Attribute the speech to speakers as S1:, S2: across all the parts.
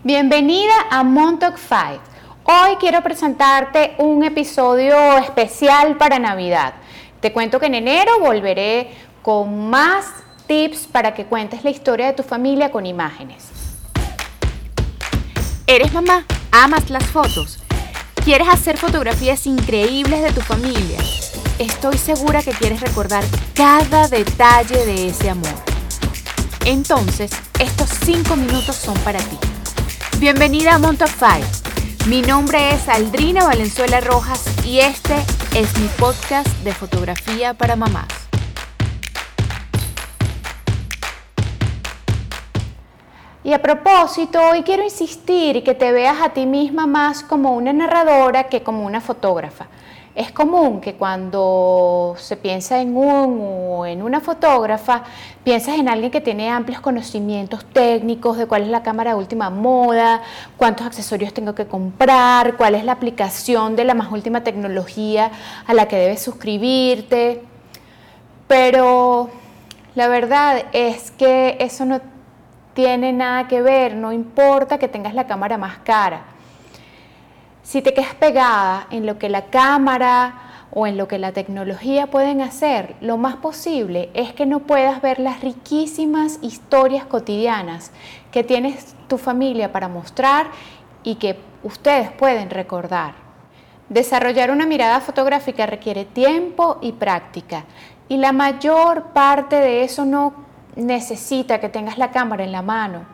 S1: Bienvenida a Montauk 5. Hoy quiero presentarte un episodio especial para Navidad. Te cuento que en enero volveré con más tips para que cuentes la historia de tu familia con imágenes.
S2: ¿Eres mamá? ¿Amas las fotos? ¿Quieres hacer fotografías increíbles de tu familia? Estoy segura que quieres recordar cada detalle de ese amor. Entonces, estos 5 minutos son para ti. Bienvenida a Montauk 5. Mi nombre es Aldrina Valenzuela Rojas y este es mi podcast de fotografía para mamás.
S1: Y a propósito, hoy quiero insistir y que te veas a ti misma más como una narradora que como una fotógrafa. Es común que cuando se piensa en una fotógrafa, piensas en alguien que tiene amplios conocimientos técnicos de cuál es la cámara de última moda, cuántos accesorios tengo que comprar, cuál es la aplicación de la más última tecnología a la que debes suscribirte. Pero la verdad es que eso no tiene nada que ver, no importa que tengas la cámara más cara. Si te quedas pegada en lo que la cámara o en lo que la tecnología pueden hacer, lo más posible es que no puedas ver las riquísimas historias cotidianas que tienes tu familia para mostrar y que ustedes pueden recordar. Desarrollar una mirada fotográfica requiere tiempo y práctica, y la mayor parte de eso no necesita que tengas la cámara en la mano.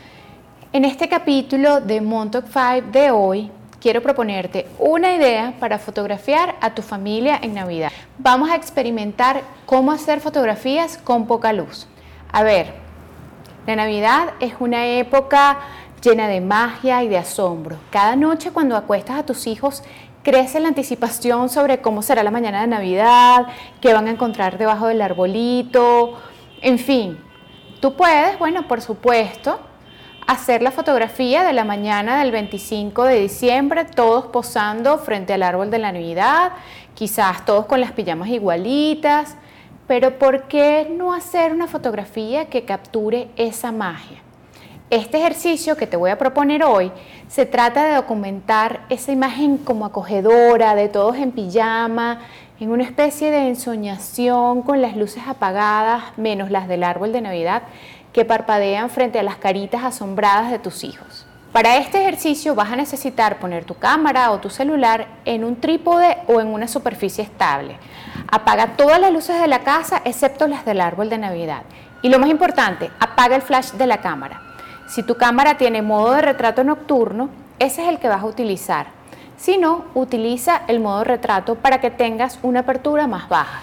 S1: En este capítulo de Montauk 5 de hoy, quiero proponerte una idea para fotografiar a tu familia en Navidad. Vamos a experimentar cómo hacer fotografías con poca luz. A ver, la Navidad es una época llena de magia y de asombro. Cada noche cuando acuestas a tus hijos, crece la anticipación sobre cómo será la mañana de Navidad, qué van a encontrar debajo del arbolito, en fin. Tú puedes, por supuesto, hacer la fotografía de la mañana del 25 de diciembre, todos posando frente al árbol de la Navidad, quizás todos con las pijamas igualitas, pero ¿por qué no hacer una fotografía que capture esa magia? Este ejercicio que te voy a proponer hoy se trata de documentar esa imagen como acogedora de todos en pijama, en una especie de ensoñación con las luces apagadas, menos las del árbol de Navidad, que parpadean frente a las caritas asombradas de tus hijos. Para este ejercicio vas a necesitar poner tu cámara o tu celular en un trípode o en una superficie estable. Apaga todas las luces de la casa excepto las del árbol de Navidad. Y lo más importante, apaga el flash de la cámara. Si tu cámara tiene modo de retrato nocturno, ese es el que vas a utilizar. Si no, utiliza el modo retrato para que tengas una apertura más baja.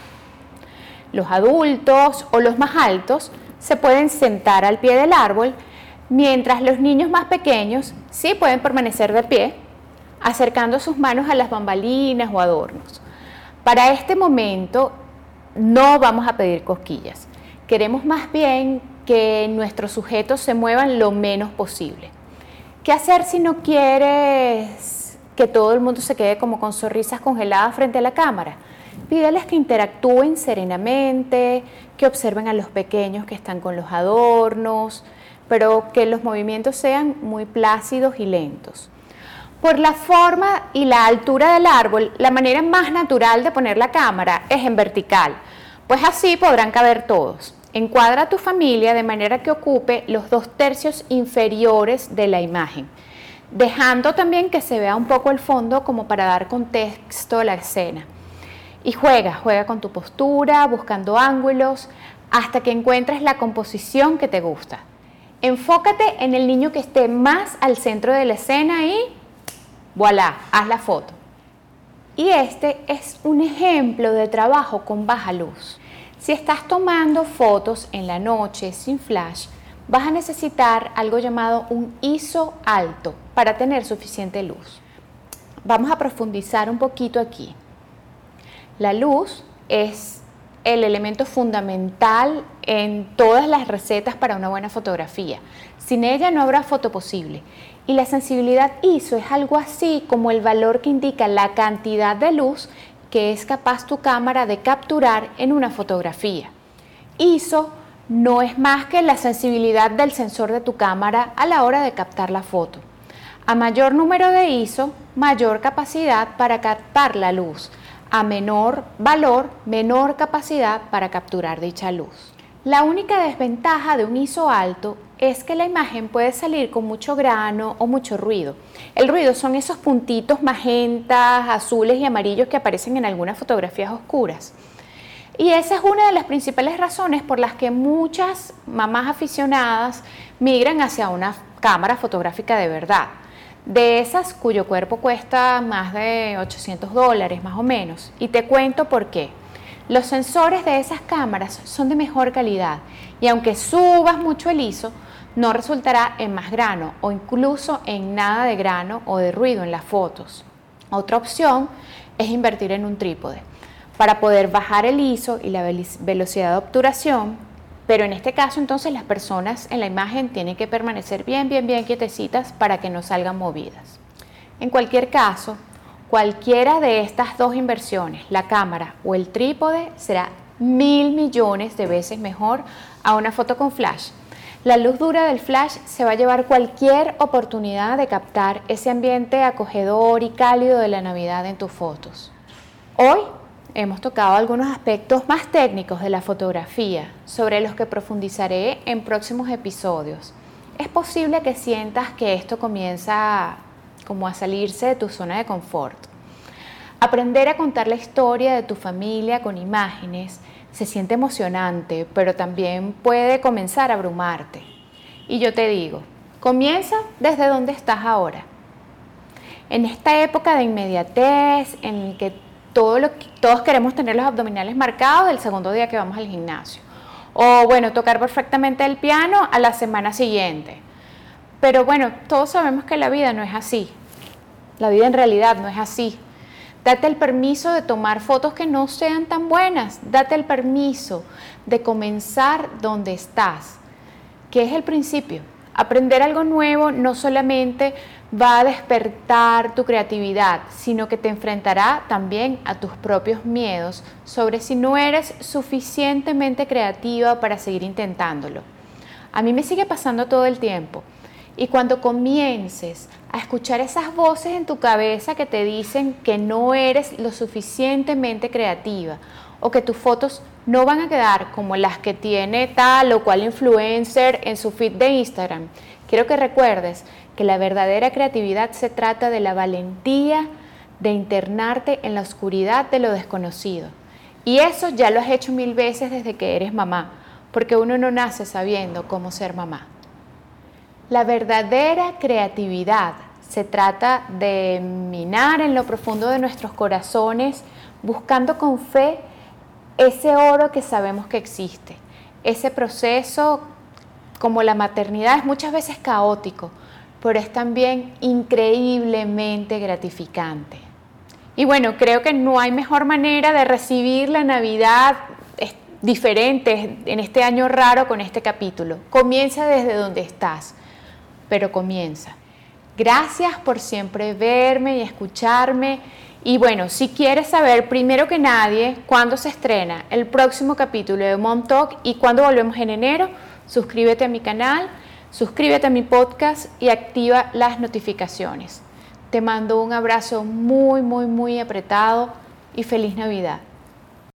S1: Los adultos o los más altos se pueden sentar al pie del árbol, mientras los niños más pequeños sí pueden permanecer de pie, acercando sus manos a las bambalinas o adornos. Para este momento no vamos a pedir cosquillas. Queremos más bien que nuestros sujetos se muevan lo menos posible. ¿Qué hacer si no quieres que todo el mundo se quede como con sonrisas congeladas frente a la cámara? Pídeles que interactúen serenamente, que observen a los pequeños que están con los adornos, pero que los movimientos sean muy plácidos y lentos. Por la forma y la altura del árbol, la manera más natural de poner la cámara es en vertical, pues así podrán caber todos. Encuadra a tu familia de manera que ocupe los 2/3 inferiores de la imagen, dejando también que se vea un poco el fondo como para dar contexto a la escena. Y juega con tu postura, buscando ángulos, hasta que encuentres la composición que te gusta. Enfócate en el niño que esté más al centro de la escena y ¡voilá! Haz la foto. Y este es un ejemplo de trabajo con baja luz. Si estás tomando fotos en la noche sin flash, vas a necesitar algo llamado un ISO alto para tener suficiente luz. Vamos a profundizar un poquito aquí. La luz es el elemento fundamental en todas las recetas para una buena fotografía. Sin ella no habrá foto posible. Y la sensibilidad ISO es algo así como el valor que indica la cantidad de luz que es capaz tu cámara de capturar en una fotografía. ISO no es más que la sensibilidad del sensor de tu cámara a la hora de captar la foto. A mayor número de ISO, mayor capacidad para captar la luz. A menor valor, menor capacidad para capturar dicha luz. La única desventaja de un ISO alto es que la imagen puede salir con mucho grano o mucho ruido. El ruido son esos puntitos magentas, azules y amarillos que aparecen en algunas fotografías oscuras. Y esa es una de las principales razones por las que muchas mamás aficionadas migran hacia una cámara fotográfica de verdad. De esas cuyo cuerpo cuesta más de $800 más o menos. Y te cuento por qué. Los sensores de esas cámaras son de mejor calidad y aunque subas mucho el ISO, no resultará en más grano o incluso en nada de grano o de ruido en las fotos. Otra opción es invertir en un trípode para poder bajar el ISO y la velocidad de obturación, pero en este caso entonces las personas en la imagen tienen que permanecer bien quietecitas para que no salgan movidas. En cualquier caso, cualquiera de estas dos inversiones, la cámara o el trípode, será 1000 millones de veces mejor a una foto con flash. La luz dura del flash se va a llevar cualquier oportunidad de captar ese ambiente acogedor y cálido de la Navidad en tus fotos. Hoy hemos tocado algunos aspectos más técnicos de la fotografía, sobre los que profundizaré en próximos episodios. Es posible que sientas que esto comienza como a salirse de tu zona de confort. Aprender a contar la historia de tu familia con imágenes se siente emocionante, pero también puede comenzar a abrumarte. Y yo te digo, comienza desde donde estás ahora. En esta época de inmediatez, en la que todos queremos tener los abdominales marcados el segundo día que vamos al gimnasio. O bueno, tocar perfectamente el piano a la semana siguiente. Pero bueno, todos sabemos que la vida no es así. La vida en realidad no es así. Date el permiso de tomar fotos que no sean tan buenas. Date el permiso de comenzar donde estás, que es el principio. Aprender algo nuevo no solamente va a despertar tu creatividad, sino que te enfrentará también a tus propios miedos sobre si no eres suficientemente creativa para seguir intentándolo. A mí me sigue pasando todo el tiempo. Y cuando comiences a escuchar esas voces en tu cabeza que te dicen que no eres lo suficientemente creativa o que tus fotos no van a quedar como las que tiene tal o cual influencer en su feed de Instagram, quiero que recuerdes que la verdadera creatividad se trata de la valentía de internarte en la oscuridad de lo desconocido. Y eso ya lo has hecho 1000 veces desde que eres mamá, porque uno no nace sabiendo cómo ser mamá. La verdadera creatividad se trata de minar en lo profundo de nuestros corazones, buscando con fe ese oro que sabemos que existe. Ese proceso, como la maternidad, es muchas veces caótico, pero es también increíblemente gratificante. Y bueno, creo que no hay mejor manera de recibir la Navidad diferente en este año raro con este capítulo. Comienza desde donde estás, pero comienza. Gracias por siempre verme y escucharme. Y bueno, si quieres saber primero que nadie cuándo se estrena el próximo capítulo de Mom Talk y cuándo volvemos en enero, suscríbete a mi canal, suscríbete a mi podcast y activa las notificaciones. Te mando un abrazo muy apretado y feliz Navidad.